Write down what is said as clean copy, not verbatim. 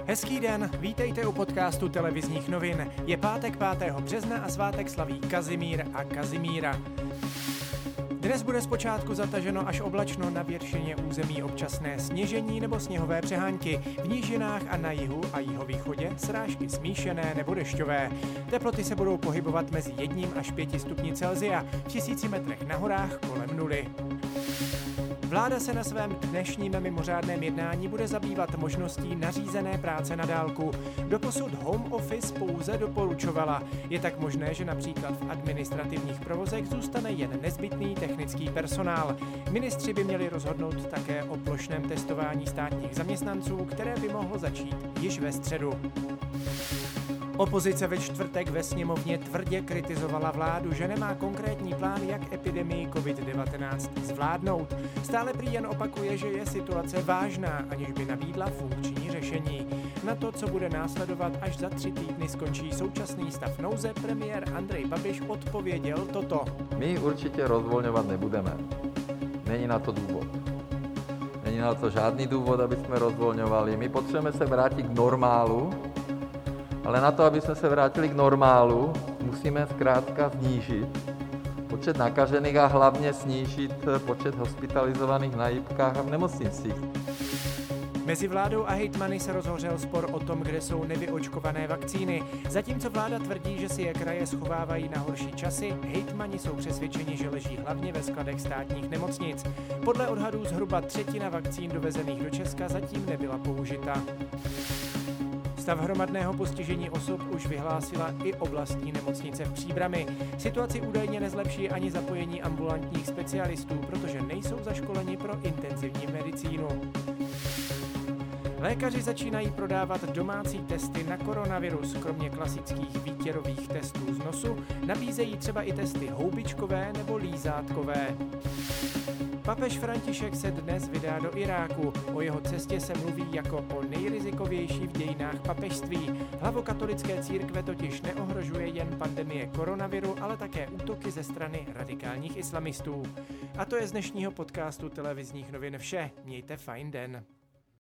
Hezký den, vítejte u podcastu televizních novin. Je pátek 5. března a svátek slaví Kazimír a Kazimíra. Dnes bude zpočátku zataženo až oblačno, na většině území občasné sněžení nebo sněhové přehánky, v nížinách a na jihu a jihovýchodě srážky smíšené nebo dešťové. Teploty se budou pohybovat mezi 1 až 5 stupni Celsia, v 1000 metrech na horách kolem nuly. Vláda se na svém dnešním mimořádném jednání bude zabývat možností nařízené práce na dálku. Doposud home office pouze doporučovala. Je tak možné, že například v administrativních provozech zůstane jen nezbytný technický personál. Ministři by měli rozhodnout také o plošném testování státních zaměstnanců, které by mohlo začít již ve středu. Opozice ve čtvrtek ve sněmovně tvrdě kritizovala vládu, že nemá konkrétní plán, jak epidemii COVID-19 zvládnout. Stále prý jen opakuje, že je situace vážná, aniž by nabídla funkční řešení. Na to, co bude následovat, až za 3 týdny skončí současný stav nouze, premiér Andrej Babiš odpověděl toto. My určitě rozvolňovat nebudeme. Není na to důvod. Není na to žádný důvod, aby jsme rozvolňovali. My potřebujeme se vrátit k normálu, ale na to, aby jsme se vrátili k normálu, musíme zkrátka snížit počet nakažených a hlavně snížit počet hospitalizovaných na jipkách a v nemocnicích. Mezi vládou a hejtmany se rozhořel spor o tom, kde jsou nevyočkované vakcíny. Zatímco vláda tvrdí, že si je kraje schovávají na horší časy, hejtmani jsou přesvědčeni, že leží hlavně ve skladech státních nemocnic. Podle odhadů zhruba 1/3 vakcín dovezených do Česka zatím nebyla použita. Stav hromadného postižení osob už vyhlásila i oblastní nemocnice v Příbrami. Situaci údajně nezlepší ani zapojení ambulantních specialistů, protože nejsou zaškoleni pro intenzivní medicínu. Lékaři začínají prodávat domácí testy na koronavirus. Kromě klasických výtěrových testů z nosu nabízejí třeba i testy houbičkové nebo lízátkové. Papež František se dnes vydá do Iráku. O jeho cestě se mluví jako o nejrizikovější v dějinách papežství. Hlavu katolické církve totiž neohrožuje jen pandemie koronaviru, ale také útoky ze strany radikálních islamistů. A to je z dnešního podcastu televizních novin vše. Mějte fajn den.